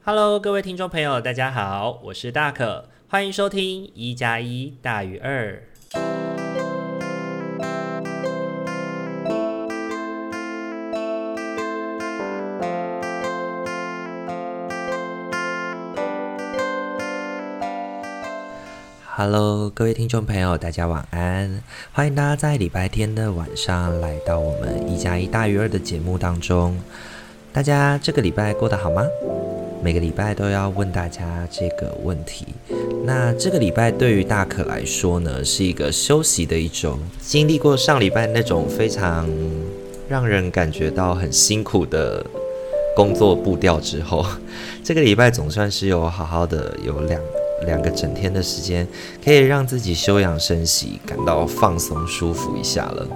Hello， 各位听众朋友，大家好，我是大可，欢迎收听1+1大于2。Hello， 各位听众朋友，大家晚安！欢迎大家在礼拜天的晚上来到我们1+1大于2的节目当中。大家这个礼拜过得好吗？每个礼拜都要问大家这个问题。那这个礼拜对于大可来说呢，是一个休息的一周。经历过上礼拜那种非常让人感觉到很辛苦的工作步调之后，这个礼拜总算是有好好的有两个整天的时间，可以让自己休养生息，感到放松舒服一下了。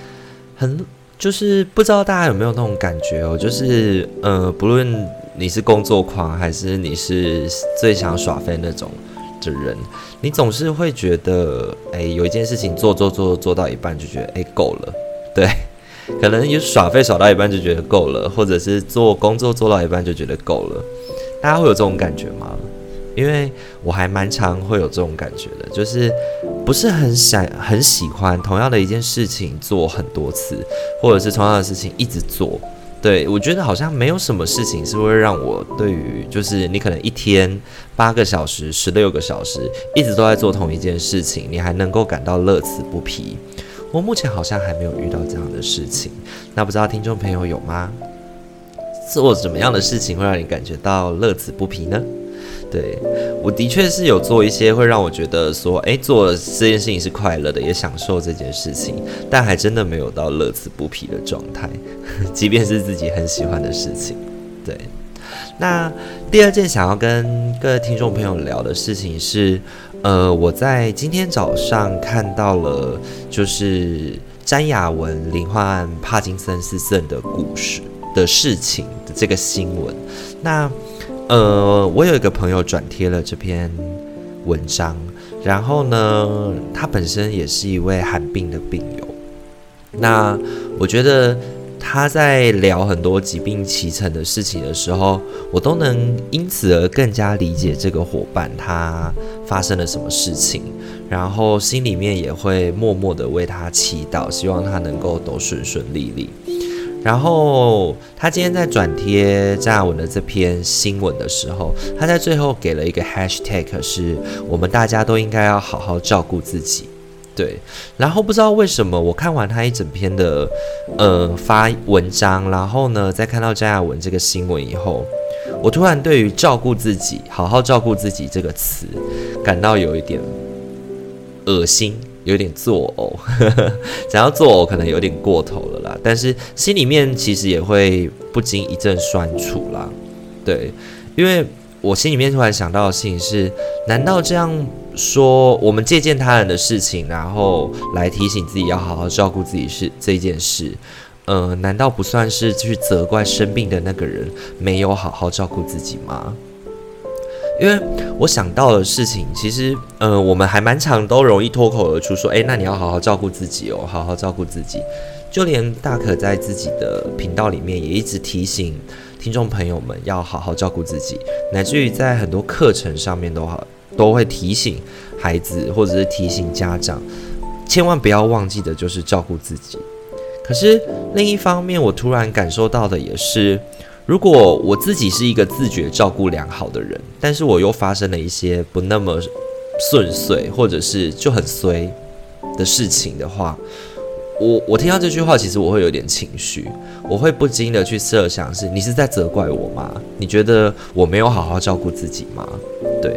就是不知道大家有没有那种感觉哦，就是不论你是工作狂，还是你是最想耍废那种的人，你总是会觉得，有一件事情做到一半就觉得，够了，对，可能有耍废耍到一半就觉得够了，或者是做工作做到一半就觉得够了。大家会有这种感觉吗？因为我还蛮常会有这种感觉的，就是不是很喜欢同样的一件事情做很多次，或者是同样的事情一直做。对，我觉得好像没有什么事情是会让我对于就是你可能一天8个小时、16个小时一直都在做同一件事情，你还能够感到乐此不疲。我目前好像还没有遇到这样的事情，那不知道听众朋友有吗？做什么样的事情会让你感觉到乐此不疲呢？对，我的确是有做一些会让我觉得说，做这件事情是快乐的，也享受这件事情，但还真的没有到乐此不疲的状态，即便是自己很喜欢的事情。对，那第二件想要跟各位听众朋友聊的事情是，我在今天早上看到了就是詹雅雯罹患帕金森氏症的故事的事情的这个新闻。那我有一个朋友转贴了这篇文章，然后呢，他本身也是一位罕病的病友。那我觉得他在聊很多疾病启程的事情的时候，我都能因此而更加理解这个伙伴他发生了什么事情，然后心里面也会默默的为他祈祷，希望他能够都顺顺利利。然后他今天在转贴詹雅雯的这篇新闻的时候，他在最后给了一个 hashtag， 是我们大家都应该要好好照顾自己。对，然后不知道为什么我看完他一整篇的发文章，然后呢再看到詹雅雯这个新闻以后，我突然对于照顾自己、好好照顾自己这个词感到有一点恶心，有点作呕，讲到作呕可能有点过头了啦，但是心里面其实也会不禁一阵酸楚啦。对，因为我心里面突然想到的事情是，难道这样说，我们借鉴他人的事情，然后来提醒自己要好好照顾自己是这件事，难道不算是去责怪生病的那个人没有好好照顾自己吗？因为我想到的事情，其实我们还蛮常都容易脱口而出说，那你要好好照顾自己哦，好好照顾自己。就连大可在自己的频道里面也一直提醒听众朋友们要好好照顾自己，乃至于在很多课程上面都会提醒孩子或者是提醒家长，千万不要忘记的就是照顾自己。可是另一方面，我突然感受到的也是，如果我自己是一个自觉照顾良好的人，但是我又发生了一些不那么顺遂，或者是就很衰的事情的话，我听到这句话，其实我会有点情绪，我会不禁的去设想你是在责怪我吗？你觉得我没有好好照顾自己吗？对。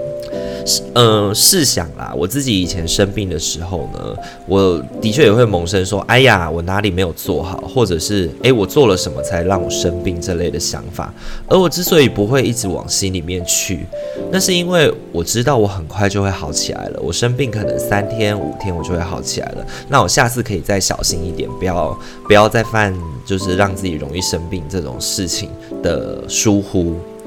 试想啦，我自己以前生病的时候呢，我的确也会萌生说，哎呀，我哪里没有做好，或者是我做了什么才让我生病这类的想法。而我之所以不会一直往心里面去，那是因为我知道我很快就会好起来了。我生病可能3天5天我就会好起来了。那我下次可以再小心一点，不要再犯就是让自己容易生病这种事情的疏忽。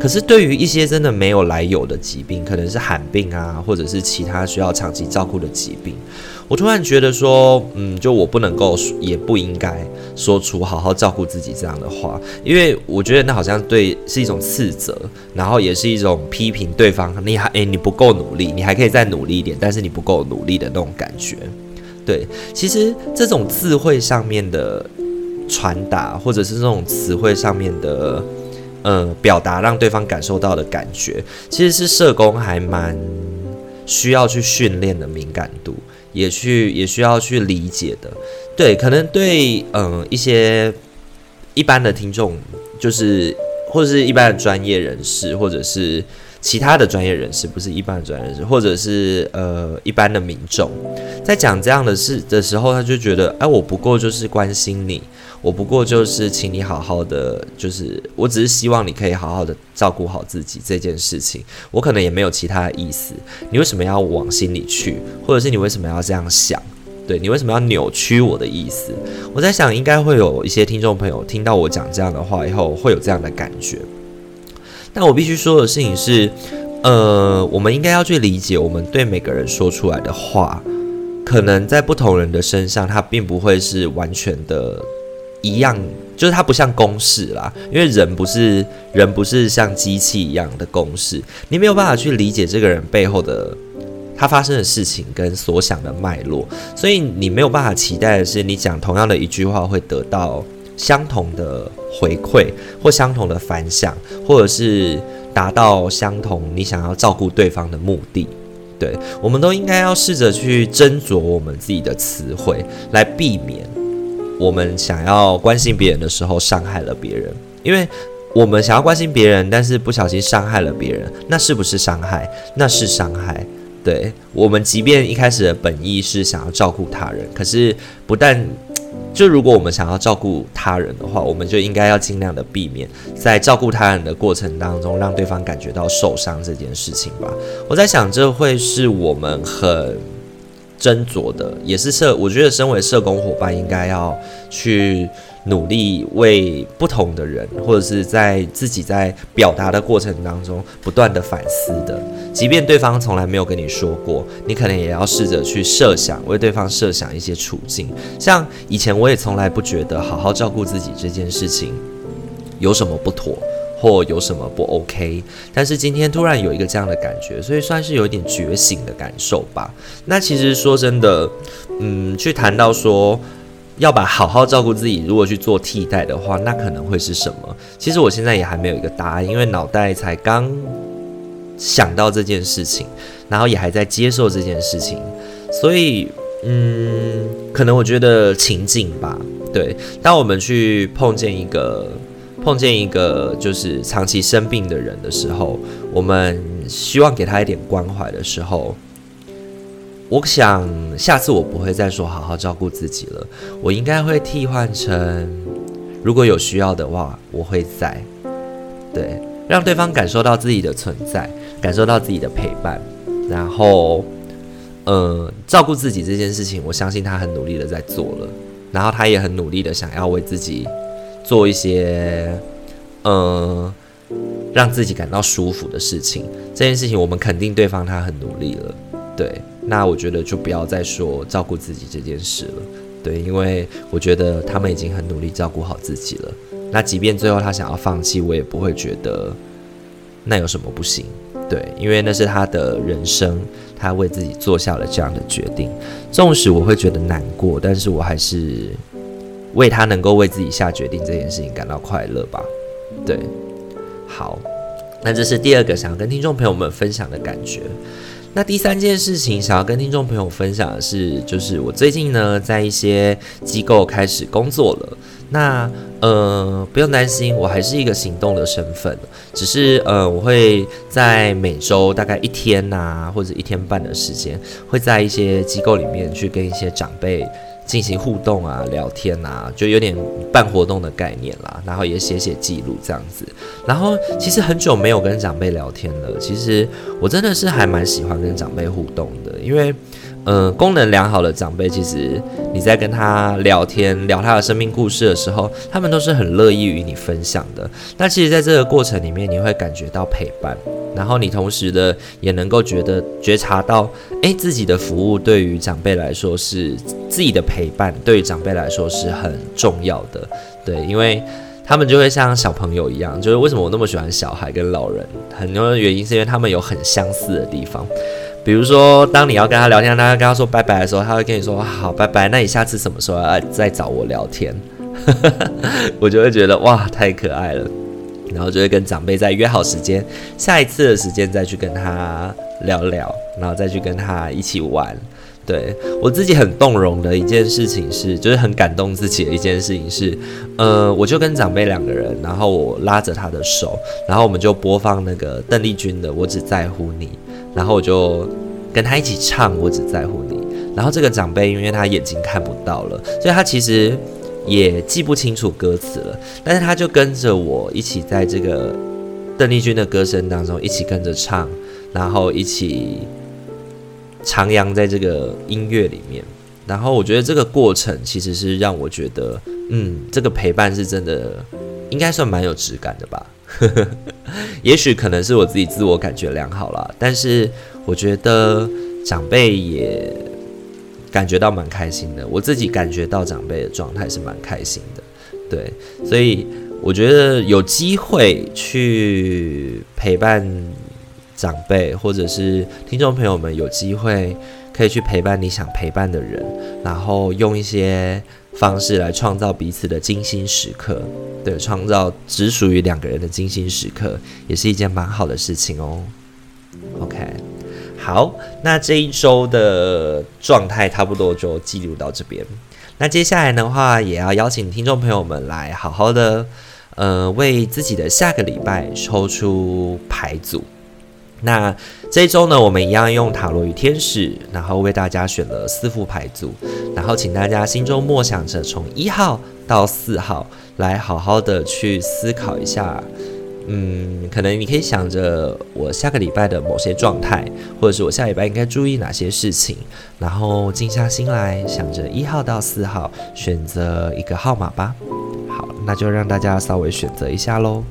可是对于一些真的没有来由的疾病，可能是罕病啊，或者是其他需要长期照顾的疾病，我突然觉得说，就我不能够，也不应该说出好好照顾自己这样的话，因为我觉得那好像是一种斥责，然后也是一种批评对方，你不够努力，你还可以再努力一点，但是你不够努力的那种感觉。对，其实这种智慧上面的传达，或者是这种词汇上面的表达，让对方感受到的感觉，其实是社工还蛮需要去训练的敏感度，也需要去理解的。对，可能对一些一般的听众，就是或者是一般的专业人士，或者是其他的专业人士，不是一般的专业人士，或者是一般的民众，在讲这样的事的时候，他就觉得，我不过就是关心你，我不过就是请你好好的，就是我只是希望你可以好好的照顾好自己这件事情，我可能也没有其他的意思，你为什么要往心里去，或者是你为什么要这样想？对，你为什么要扭曲我的意思？我在想，应该会有一些听众朋友听到我讲这样的话以后，会有这样的感觉。但我必须说的事情是，我们应该要去理解，我们对每个人说出来的话，可能在不同人的身上，它并不会是完全的一样，就是它不像公式啦，因为人不是像机器一样的公式，你没有办法去理解这个人背后的他发生的事情跟所想的脉络，所以你没有办法期待的是，你讲同样的一句话会得到相同的回馈，或相同的反响，或者是达到相同你想要照顾对方的目的。对，我们都应该要试着去斟酌我们自己的词汇，来避免我们想要关心别人的时候伤害了别人。因为我们想要关心别人，但是不小心伤害了别人，那是不是伤害？那是伤害。对，我们即便一开始的本意是想要照顾他人，可是不但就如果我们想要照顾他人的话，我们就应该要尽量的避免在照顾他人的过程当中让对方感觉到受伤这件事情吧。我在想，这会是我们很斟酌的，也是我觉得身为社工伙伴应该要去努力为不同的人，或者是在自己在表达的过程当中不断的反思的。即便对方从来没有跟你说过，你可能也要试着去设想，为对方设想一些处境。像以前我也从来不觉得好好照顾自己这件事情有什么不妥，或有什么不 OK， 但是今天突然有一个这样的感觉，所以算是有一点觉醒的感受吧。那其实说真的，去谈到说要把好好照顾自己如果去做替代的话，那可能会是什么？其实我现在也还没有一个答案，因为脑袋才刚想到这件事情，然后也还在接受这件事情，所以可能我觉得情境吧。对，当我们去碰见一个就是长期生病的人的时候，我们希望给他一点关怀的时候，我想下次我不会再说好好照顾自己了，我应该会替换成如果有需要的话我会在，对，让对方感受到自己的存在，感受到自己的陪伴，然后照顾自己这件事情，我相信他很努力的在做了，然后他也很努力的想要为自己做一些让自己感到舒服的事情。这件事情我们肯定对方他很努力了，对，那我觉得就不要再说照顾自己这件事了，对，因为我觉得他们已经很努力照顾好自己了。那即便最后他想要放弃，我也不会觉得那有什么不行，对，因为那是他的人生，他为自己做下了这样的决定。纵使我会觉得难过，但是我还是为他能够为自己下决定这件事情感到快乐吧。对，好，那这是第二个想要跟听众朋友们分享的感觉。那第三件事情想要跟听众朋友分享的是，就是我最近呢在一些机构开始工作了。那不用担心，我还是一个行动的身份，只是我会在每周大概1天或者1天半的时间，会在一些机构里面去跟一些长辈进行互动啊、聊天啊，就有点办活动的概念啦，然后也写记录这样子。然后其实很久没有跟长辈聊天了，其实我真的是还蛮喜欢跟长辈互动的，因为功能良好的长辈，其实你在跟他聊天、聊他的生命故事的时候，他们都是很乐意与你分享的。那其实，在这个过程里面，你会感觉到陪伴，然后你同时的也能够觉察到，自己的服务对于长辈来说是自己的陪伴，对于长辈来说是很重要的。对，因为他们就会像小朋友一样，就是为什么我那么喜欢小孩跟老人，很多的原因是因为他们有很相似的地方。比如说，当你要跟他聊天，他跟他说拜拜的时候，他会跟你说好拜拜，那你下次什么时候要再找我聊天？我就会觉得哇，太可爱了，然后就会跟长辈再约好时间，下一次的时间再去跟他聊聊，然后再去跟他一起玩。对，我自己很动容的一件事情是，就是很感动自己的一件事情是，我就跟长辈2个人，然后我拉着他的手，然后我们就播放那个邓丽君的《我只在乎你》，然后我就跟他一起唱《我只在乎你》，然后这个长辈因为他眼睛看不到了，所以他其实也记不清楚歌词了，但是他就跟着我一起在这个邓丽君的歌声当中一起跟着唱，然后一起徜徉在这个音乐里面，然后我觉得这个过程其实是让我觉得，这个陪伴是真的，应该算蛮有质感的吧。也许可能是我自己自我感觉良好啦，但是我觉得长辈也感觉到蛮开心的，我自己感觉到长辈的状态是蛮开心的，对，所以我觉得有机会去陪伴长辈，或者是听众朋友们有机会可以去陪伴你想陪伴的人，然后用一些方式来创造彼此的精心时刻，对，创造只属于2个人的精心时刻，也是一件蛮好的事情哦。OK， 好，那这一周的状态差不多就记录到这边。那接下来的话，也要邀请听众朋友们来好好的，为自己的下个礼拜抽出牌组。那这一周呢，我们一样用塔罗与天使，然后为大家选了4副牌组，然后请大家心中默想着从1号到4号，来好好的去思考一下，可能你可以想着我下个礼拜的某些状态，或者是我下礼拜应该注意哪些事情，然后静下心来想着1号到4号，选择一个号码吧。好，那就让大家稍微选择一下咯。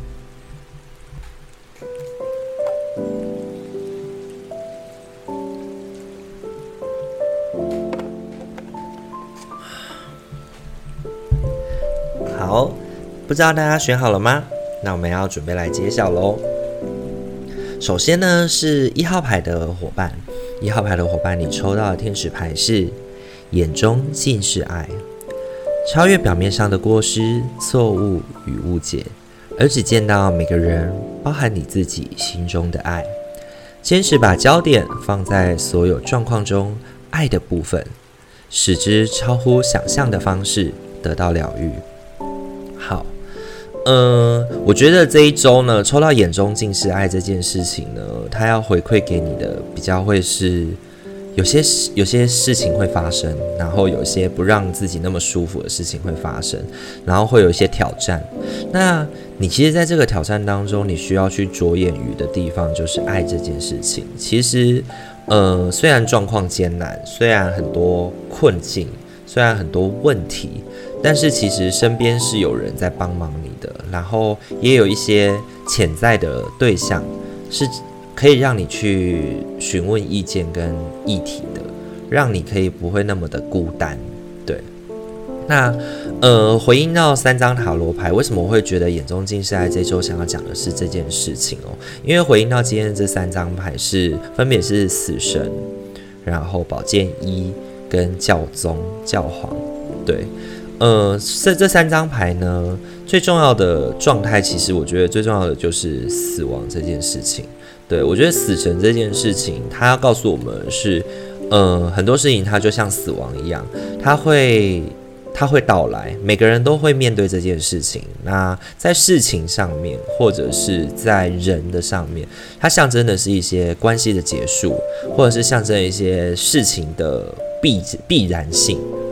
好，不知道大家选好了吗？那我们要准备来揭晓咯。首先呢，是1号牌的伙伴，1号牌的伙伴，你抽到的天使牌是眼中尽是爱，超越表面上的过失、错误与误解，而只见到每个人，包含你自己心中的爱。坚持把焦点放在所有状况中爱的部分，使之超乎想象的方式得到疗愈。好，我觉得这一周呢，抽到眼中尽是爱这件事情呢，它要回馈给你的比较会是有些事情会发生，然后有些不让自己那么舒服的事情会发生，然后会有一些挑战。那你其实在这个挑战当中，你需要去着眼于的地方就是爱这件事情。其实，虽然状况艰难，虽然很多困境，虽然很多问题，但是其实身边是有人在帮忙你的，然后也有一些潜在的对象是可以让你去询问意见跟议题的，让你可以不会那么的孤单。对，那回应到3张塔罗牌，为什么我会觉得眼中尽是爱？这周想要讲的是这件事情哦，因为回应到今天的这3张牌分别是死神，然后宝剑1跟教宗教皇。对，这3张牌呢，最重要的状态，其实我觉得最重要的就是死亡这件事情。对，我觉得死神这件事情，它要告诉我们是，很多事情它就像死亡一样，它会到来，每个人都会面对这件事情。那在事情上面，或者是在人的上面，它象征的是一些关系的结束，或者是象征一些事情的必然性。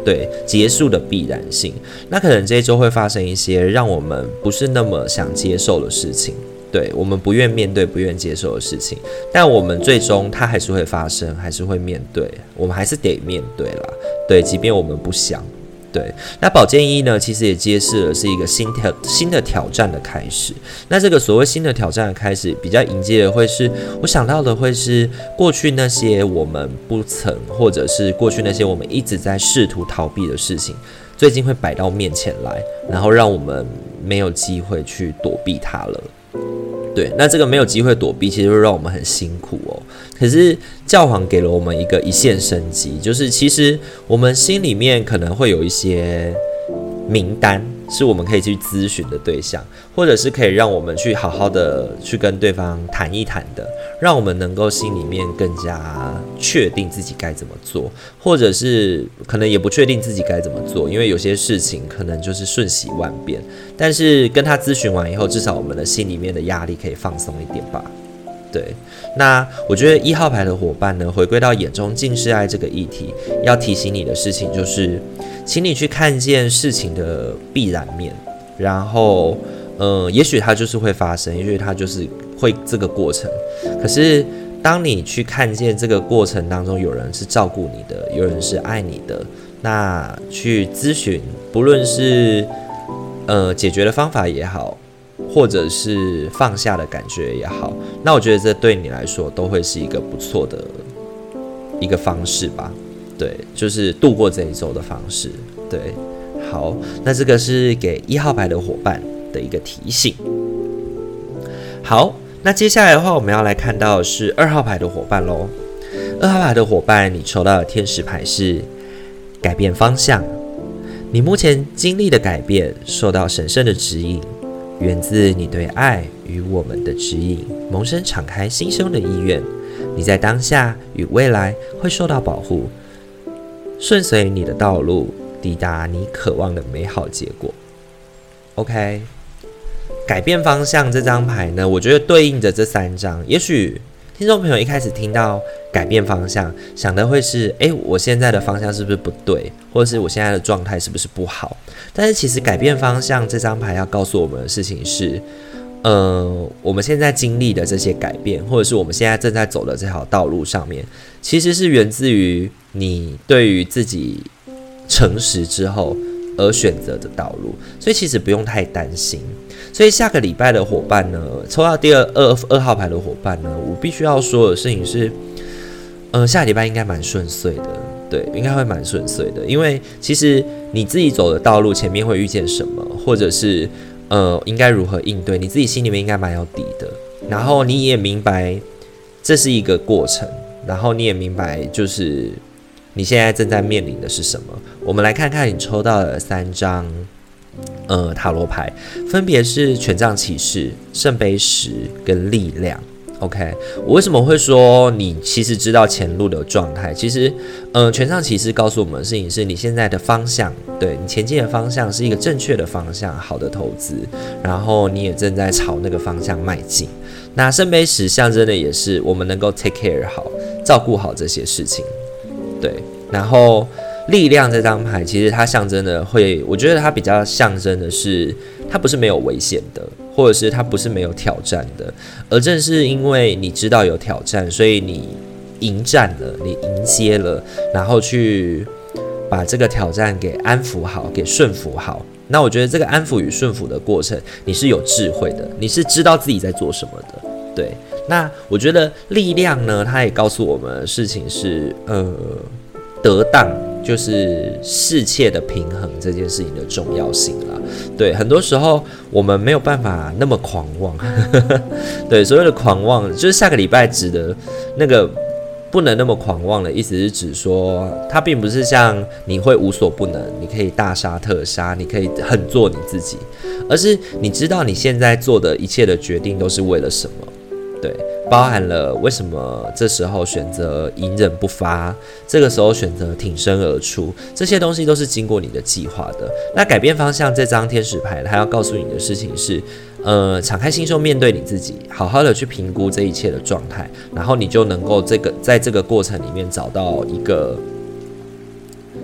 对，结束的必然性。那可能这一周会发生一些让我们不是那么想接受的事情，对，我们不愿面对、不愿接受的事情，但我们最终它还是会发生，还是会面对，我们还是得面对啦。对，即便我们不想。对，那宝剑一呢，其实也揭示了是一个新的挑战的开始。那这个所谓新的挑战的开始，比较迎接的会是，我想到的会是过去那些我们不曾，或者是过去那些我们一直在试图逃避的事情，最近会摆到面前来，然后让我们没有机会去躲避它了。对，那这个没有机会躲避，其实会让我们很辛苦哦。可是教皇给了我们一线生机，就是其实我们心里面可能会有一些名单，是我们可以去咨询的对象，或者是可以让我们去好好的去跟对方谈一谈的，让我们能够心里面更加确定自己该怎么做，或者是可能也不确定自己该怎么做，因为有些事情可能就是瞬息万变。但是跟他咨询完以后，至少我们的心里面的压力可以放松一点吧。对，那我觉得1号牌的伙伴呢，回归到眼中尽是爱这个议题，要提醒你的事情就是，请你去看见事情的必然面，然后，也许它就是会发生，也许它就是会这个过程。可是，当你去看见这个过程当中，有人是照顾你的，有人是爱你的，那去咨询，不论是解决的方法也好，或者是放下的感觉也好，那我觉得这对你来说都会是一个不错的一个方式吧。对，就是度过这一周的方式。对，好，那这个是给1号牌的伙伴的一个提醒。好，那接下来的话，我们要来看到的是2号牌的伙伴咯。2号牌的伙伴，你抽到的天使牌是改变方向。你目前经历的改变受到神圣的指引，源自你对爱与我们的指引，萌生敞开心胸的意愿。你在当下与未来会受到保护，顺随你的道路，抵达你渴望的美好结果。OK， 改变方向这张牌呢，我觉得对应着这3张，也许听众朋友一开始听到改变方向，想的会是，我现在的方向是不是不对，或者是我现在的状态是不是不好？但是其实改变方向这张牌要告诉我们的事情是，我们现在经历的这些改变，或者是我们现在正在走的这条道路上面，其实是源自于你对于自己诚实之后而选择的道路，所以其实不用太担心。所以下个礼拜的伙伴呢，抽到第二号牌的伙伴呢，我必须要说的事情是，下礼拜应该蛮顺遂的，对，应该会蛮顺遂的，因为其实你自己走的道路前面会遇见什么，或者是应该如何应对，你自己心里面应该蛮有底的，然后你也明白这是一个过程，然后你也明白就是你现在正在面临的是什么。我们来看看你抽到的3张塔罗牌，分别是权杖骑士、圣杯10跟力量。OK， 我为什么会说你其实知道前路的状态？其实，权杖骑士告诉我们的事情是你现在的方向，对你前进的方向是一个正确的方向，好的投资，然后你也正在朝那个方向迈进。那圣杯10象征的也是我们能够 take care 好，照顾好这些事情，对，然后。力量这张牌，其实它象征的会，我觉得它比较象征的是，它不是没有危险的，或者是它不是没有挑战的，而正是因为你知道有挑战，所以你迎战了，你迎接了，然后去把这个挑战给安抚好，给顺服好。那我觉得这个安抚与顺服的过程，你是有智慧的，你是知道自己在做什么的，对。那我觉得力量呢，它也告诉我们的事情是，得当。就是世切的平衡这件事情的重要性啦。对，很多时候我们没有办法那么狂妄。对，所谓的狂妄，就是下个礼拜指的那个不能那么狂妄的意思是指说，它并不是像你会无所不能，你可以大杀特杀，你可以很做你自己，而是你知道你现在做的一切的决定都是为了什么。对，包含了为什么这时候选择隐忍不发，这个时候选择挺身而出，这些东西都是经过你的计划的。那改变方向这张天使牌，它要告诉你的事情是，敞开心胸面对你自己，好好的去评估这一切的状态，然后你就能够在这个过程里面找到一个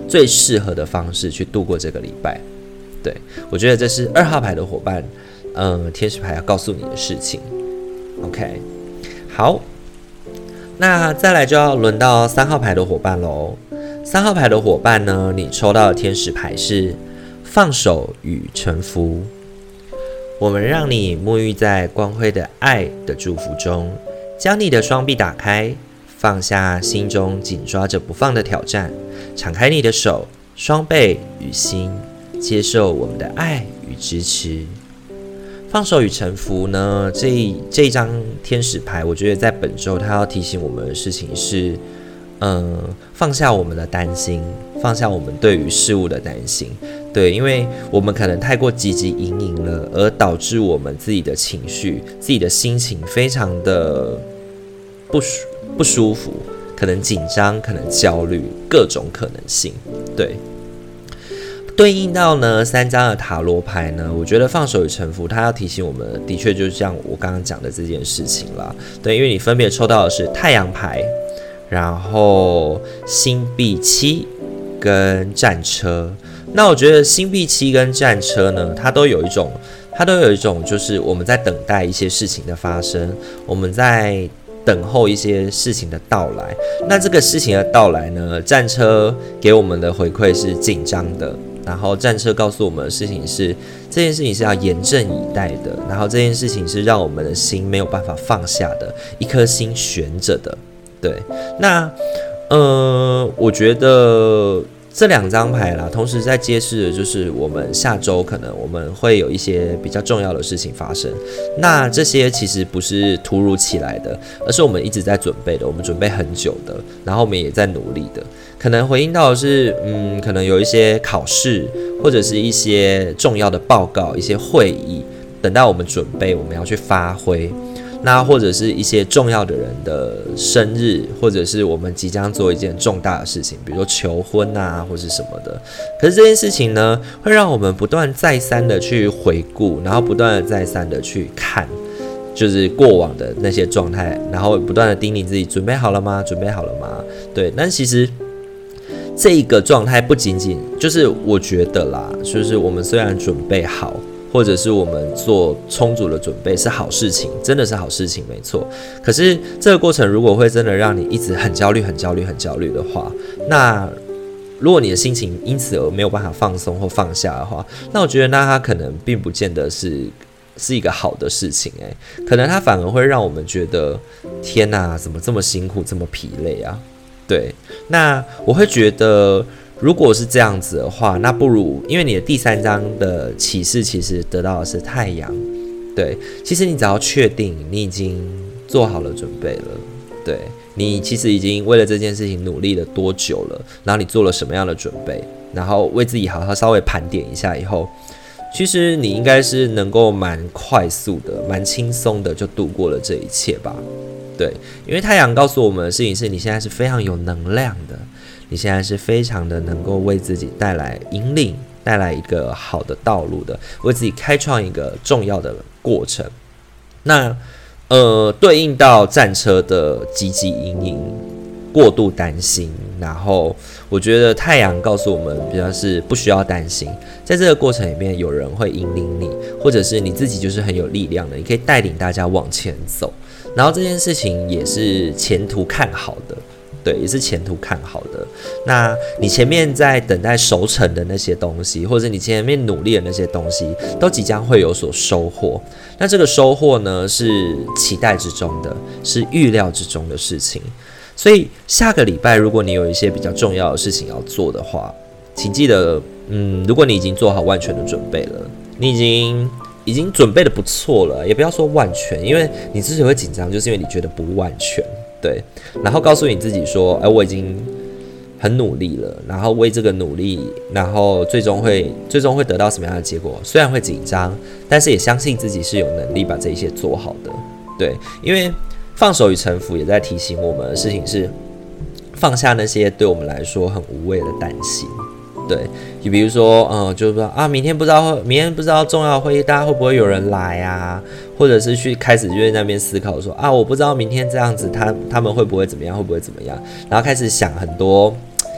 最适合的方式去度过这个礼拜。对，我觉得这是2号牌的伙伴，天使牌要告诉你的事情。OK， 好，那再来就要轮到3号牌的伙伴咯。3号牌的伙伴呢，你抽到的天使牌是放手与臣服。我们让你沐浴在光辉的爱的祝福中，将你的双臂打开，放下心中紧抓着不放的挑战，敞开你的手、双臂与心，接受我们的爱与支持。放手与臣服呢，这一张天使牌，我觉得在本周它要提醒我们的事情是，放下我们的担心，放下我们对于事物的担心。对，因为我们可能太过汲汲营营了，而导致我们自己的情绪、自己的心情非常的不舒服，可能紧张，可能焦虑，各种可能性。对。对应到呢3张的塔罗牌呢，我觉得放手与臣服，它要提醒我们的确就是像我刚刚讲的这件事情啦。对，因为你分别抽到的是太阳牌，然后星币7跟战车。那我觉得星币7跟战车呢，它都有一种就是我们在等待一些事情的发生，我们在等候一些事情的到来。那这个事情的到来呢，战车给我们的回馈是紧张的，然后战车告诉我们的事情是，这件事情是要严阵以待的，然后这件事情是让我们的心没有办法放下的，一颗心悬着的。对，那我觉得这2张牌啦，同时在揭示的就是我们下周可能我们会有一些比较重要的事情发生。那这些其实不是突如其来的，而是我们一直在准备的，我们准备很久的，然后我们也在努力的。可能回应到的是，可能有一些考试，或者是一些重要的报告、一些会议，等到我们准备，我们要去发挥。那或者是一些重要的人的生日，或者是我们即将做一件重大的事情，比如说求婚啊，或是什么的。可是这件事情呢，会让我们不断再三的去回顾，然后不断的再三的去看，就是过往的那些状态，然后不断的叮咛自己：准备好了吗？准备好了吗？对，但其实这一个状态不仅仅就是我觉得啦，就是我们虽然准备好。或者是我们做充足的准备是好事情，真的是好事情，没错。可是这个过程如果会真的让你一直很焦虑、很焦虑、很焦虑的话，那如果你的心情因此而没有办法放松或放下的话，那我觉得那它可能并不见得是一个好的事情可能它反而会让我们觉得天哪，怎么这么辛苦、这么疲累啊？对，那我会觉得。如果是这样子的话，那不如因为你的第3张的启示其实得到的是太阳，对，其实你只要确定你已经做好了准备了，对，你其实已经为了这件事情努力了多久了，然后你做了什么样的准备，然后为自己好好稍微盘点一下以后，其实你应该是能够蛮快速的、蛮轻松的就度过了这一切吧，对，因为太阳告诉我们的事情是你现在是非常有能量的。你现在是非常的能够为自己带来引领，带来一个好的道路的，为自己开创一个重要的过程。那对应到战车的汲汲营营、过度担心，然后我觉得太阳告诉我们比较是不需要担心，在这个过程里面有人会引领你，或者是你自己就是很有力量的，你可以带领大家往前走，然后这件事情也是前途看好的。对，也是前途看好的。那你前面在等待熟成的那些东西，或者你前面努力的那些东西，都即将会有所收获。那这个收获呢，是期待之中的，是预料之中的事情。所以下个礼拜，如果你有一些比较重要的事情要做的话，请记得，如果你已经做好万全的准备了，你已经准备的不错了，也不要说万全，因为你之所以会紧张，就是因为你觉得不万全。对，然后告诉你自己说，我已经很努力了，然后为这个努力，然后最终会得到什么样的结果？虽然会紧张，但是也相信自己是有能力把这一切做好的。对，因为放手与臣服也在提醒我们的事情是，放下那些对我们来说很无谓的担心。对，就比如说，就是说啊，明天不知道重要会议大家会不会有人来啊？或者是开始就在那边思考说啊，我不知道明天这样子他们会不会怎么样，然后开始想很多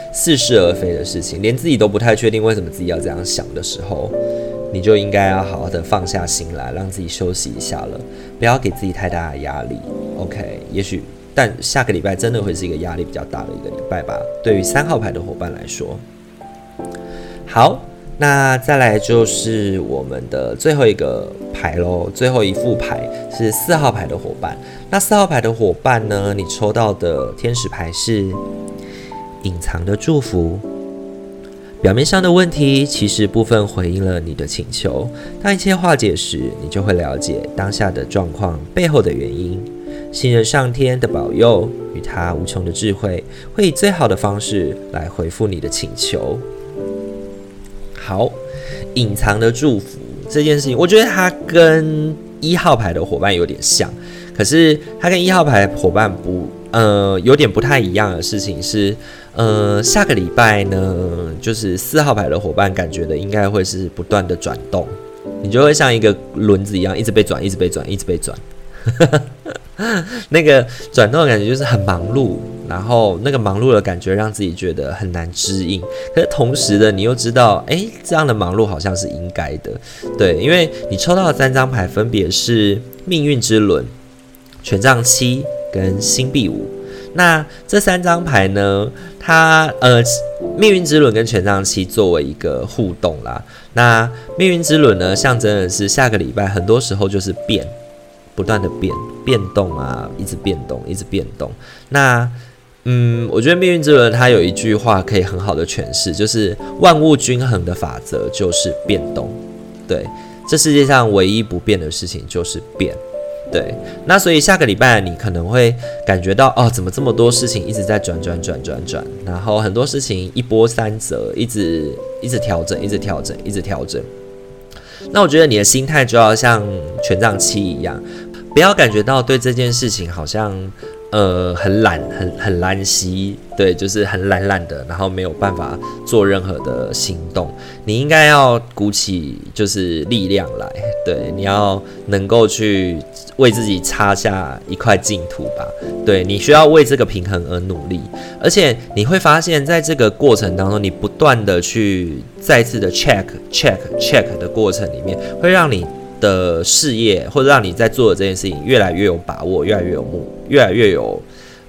似是而非的事情，连自己都不太确定为什么自己要这样想的时候，你就应该要好好的放下心来，让自己休息一下了，不要给自己太大的压力。OK， 也许，但下个礼拜真的会是一个压力比较大的一个礼拜吧，对于3号牌的伙伴来说。好，那再来就是我们的最后一个牌咯，最后一副牌是4号牌的伙伴。那4号牌的伙伴呢，你抽到的天使牌是隐藏的祝福。表面上的问题其实部分回应了你的请求，当一切化解时，你就会了解当下的状况背后的原因。信任上天的保佑与他无穷的智慧，会以最好的方式来回复你的请求。好，隐藏的祝福这件事情，我觉得它跟1号牌的伙伴有点像，可是它跟1号牌伙伴有点不太一样的事情是，下个礼拜呢，就是4号牌的伙伴感觉的应该会是不断的转动，你就会像一个轮子一样，一直被转，一直被转，一直被转。那个转动的感觉就是很忙碌，然后那个忙碌的感觉让自己觉得很难支应。可是同时的，你又知道，这样的忙碌好像是应该的，对，因为你抽到的3张牌分别是命运之轮、权杖7跟星币5。那这3张牌呢，它命运之轮跟权杖7作为一个互动啦。那命运之轮呢，象征的是下个礼拜很多时候就是变。不断的变动啊，一直变动，一直变动。那，我觉得命运之轮它有一句话可以很好的诠释，就是万物均衡的法则就是变动。对，这世界上唯一不变的事情就是变。对，那所以下个礼拜你可能会感觉到，怎么这么多事情一直在转，然后很多事情一波三折，一直调整，一直调整。那我觉得你的心态就要像权杖7一样，不要感觉到对这件事情好像很懒，很懒兮，对，就是很懒的，然后没有办法做任何的行动。你应该要鼓起就是力量来，对，你要能够去为自己插下一块净土吧。对，你需要为这个平衡而努力，而且你会发现在这个过程当中，你不断的去再次的 check 的过程里面，会让你的事业或者让你在做的这件事情越来越有把握，越来越有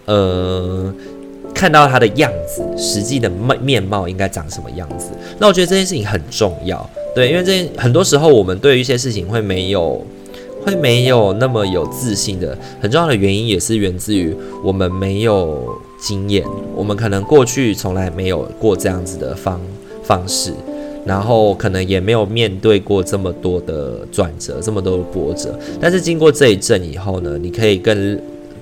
看到它的样子，实际的面貌应该长什么样子。那我觉得这件事情很重要，对，因为很多时候我们对于一些事情会没有那么有自信的，很重要的原因也是源自于我们没有经验，我们可能过去从来没有过这样子的方式。然后可能也没有面对过这么多的转折，这么多的波折，但是经过这一阵以后呢，你可以更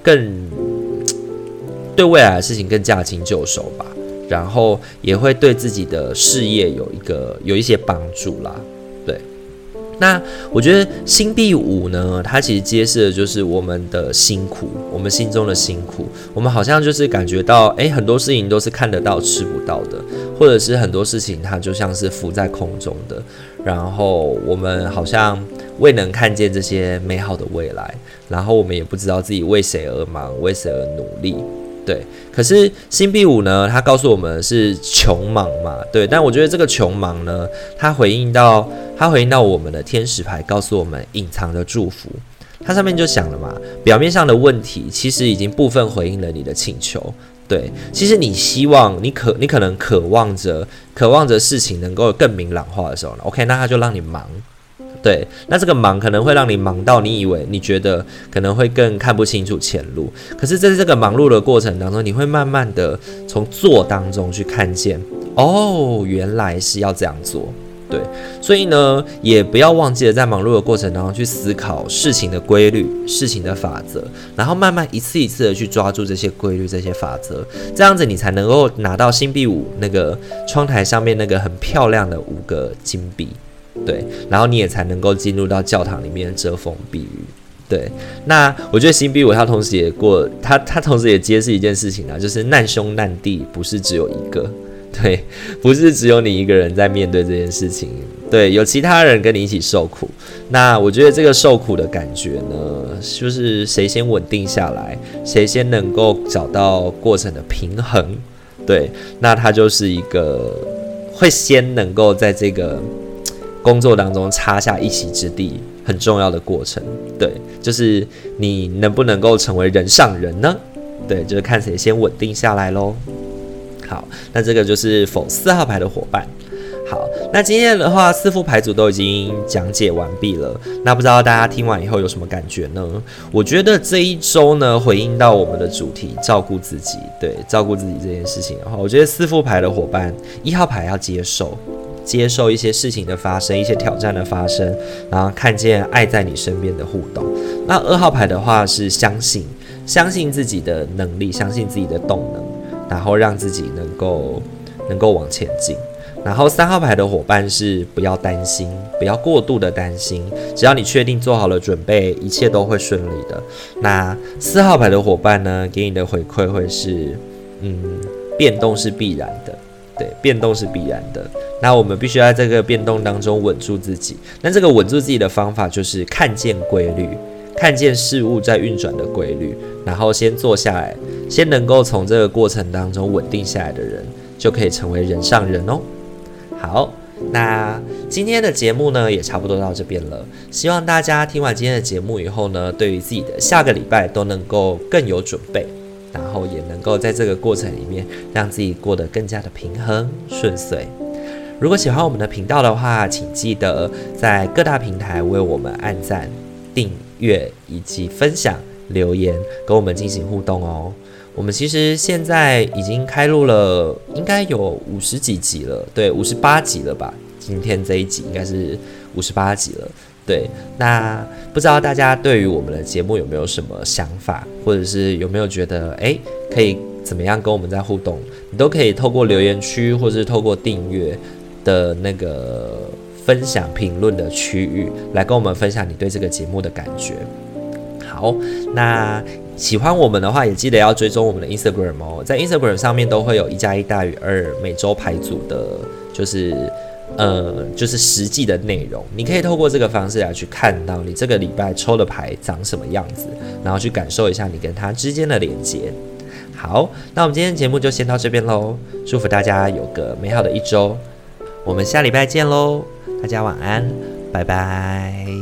对未来的事情更驾轻就熟吧，然后也会对自己的事业有一些帮助啦，对。那我觉得星币5呢，它其实揭示的就是我们的辛苦，我们心中的辛苦，我们好像就是感觉到，很多事情都是看得到吃不到的，或者是很多事情它就像是浮在空中的，然后我们好像未能看见这些美好的未来，然后我们也不知道自己为谁而忙，为谁而努力。对，可是星币5呢，它告诉我们是穷忙嘛，对，但我觉得这个穷忙呢，它回应到我们的天使牌，告诉我们隐藏的祝福。它上面就想了嘛，表面上的问题其实已经部分回应了你的请求。对，其实你希望你可能渴望着事情能够更明朗化的时候呢 ，OK， 那它就让你忙。对，那这个忙可能会让你忙到你觉得可能会更看不清楚前路，可是在这个忙碌的过程当中，你会慢慢的从做当中去看见，原来是要这样做。对，所以呢，也不要忘记了在忙碌的过程当中去思考事情的规律、事情的法则，然后慢慢一次一次的去抓住这些规律、这些法则，这样子你才能够拿到星币5那个窗台上面那个很漂亮的5个金币。对，然后你也才能够进入到教堂里面遮风避雨。对，那我觉得星币5它同时也揭示一件事情啊，就是难兄难弟不是只有一个，对，不是只有你一个人在面对这件事情，对，有其他人跟你一起受苦。那我觉得这个受苦的感觉呢，就是谁先稳定下来，谁先能够找到过程的平衡。 对，那它就是一个会先能够在这个工作当中插下一席之地很重要的过程。对，就是你能不能够成为人上人呢？对，就是看谁先稳定下来咯。好，那这个就是否4号牌的伙伴。好，那今天的话4副牌组都已经讲解完毕了，那不知道大家听完以后有什么感觉呢？我觉得这一周呢，回应到我们的主题照顾自己，对，照顾自己这件事情的话，我觉得4副牌的伙伴，1号牌要接受一些事情的发生，一些挑战的发生，然后看见爱在你身边的互动。那2号牌的话是相信自己的能力，相信自己的动能，然后让自己能够往前进。然后3号牌的伙伴是不要担心，不要过度的担心，只要你确定做好了准备，一切都会顺利的。那4号牌的伙伴呢，给你的回馈会是，变动是必然的，对，变动是必然的。那我们必须要在这个变动当中稳住自己。那这个稳住自己的方法就是看见规律，看见事物在运转的规律，然后先坐下来，先能够从这个过程当中稳定下来的人，就可以成为人上人哦。好，那今天的节目呢也差不多到这边了。希望大家听完今天的节目以后呢，对于自己的下个礼拜都能够更有准备，然后也能够在这个过程里面让自己过得更加的平衡顺遂。如果喜欢我们的频道的话，请记得在各大平台为我们按赞、订阅以及分享、留言，跟我们进行互动哦。我们其实现在已经开录了，应该有50几集了，对，58集了吧？今天这一集应该是58集了。对，那不知道大家对于我们的节目有没有什么想法，或者是有没有觉得可以怎么样跟我们在互动？你都可以透过留言区，或者是透过订阅的那个分享评论的区域来跟我们分享你对这个节目的感觉。好，那喜欢我们的话，也记得要追踪我们的 Instagram 哦。在 Instagram 上面都会有1+1=2每周牌组的，就是实际的内容。你可以透过这个方式来去看到你这个礼拜抽的牌长什么样子，然后去感受一下你跟它之间的连接。好，那我们今天的节目就先到这边咯，祝福大家有个美好的一周，我们下礼拜见咯，大家晚安，拜拜。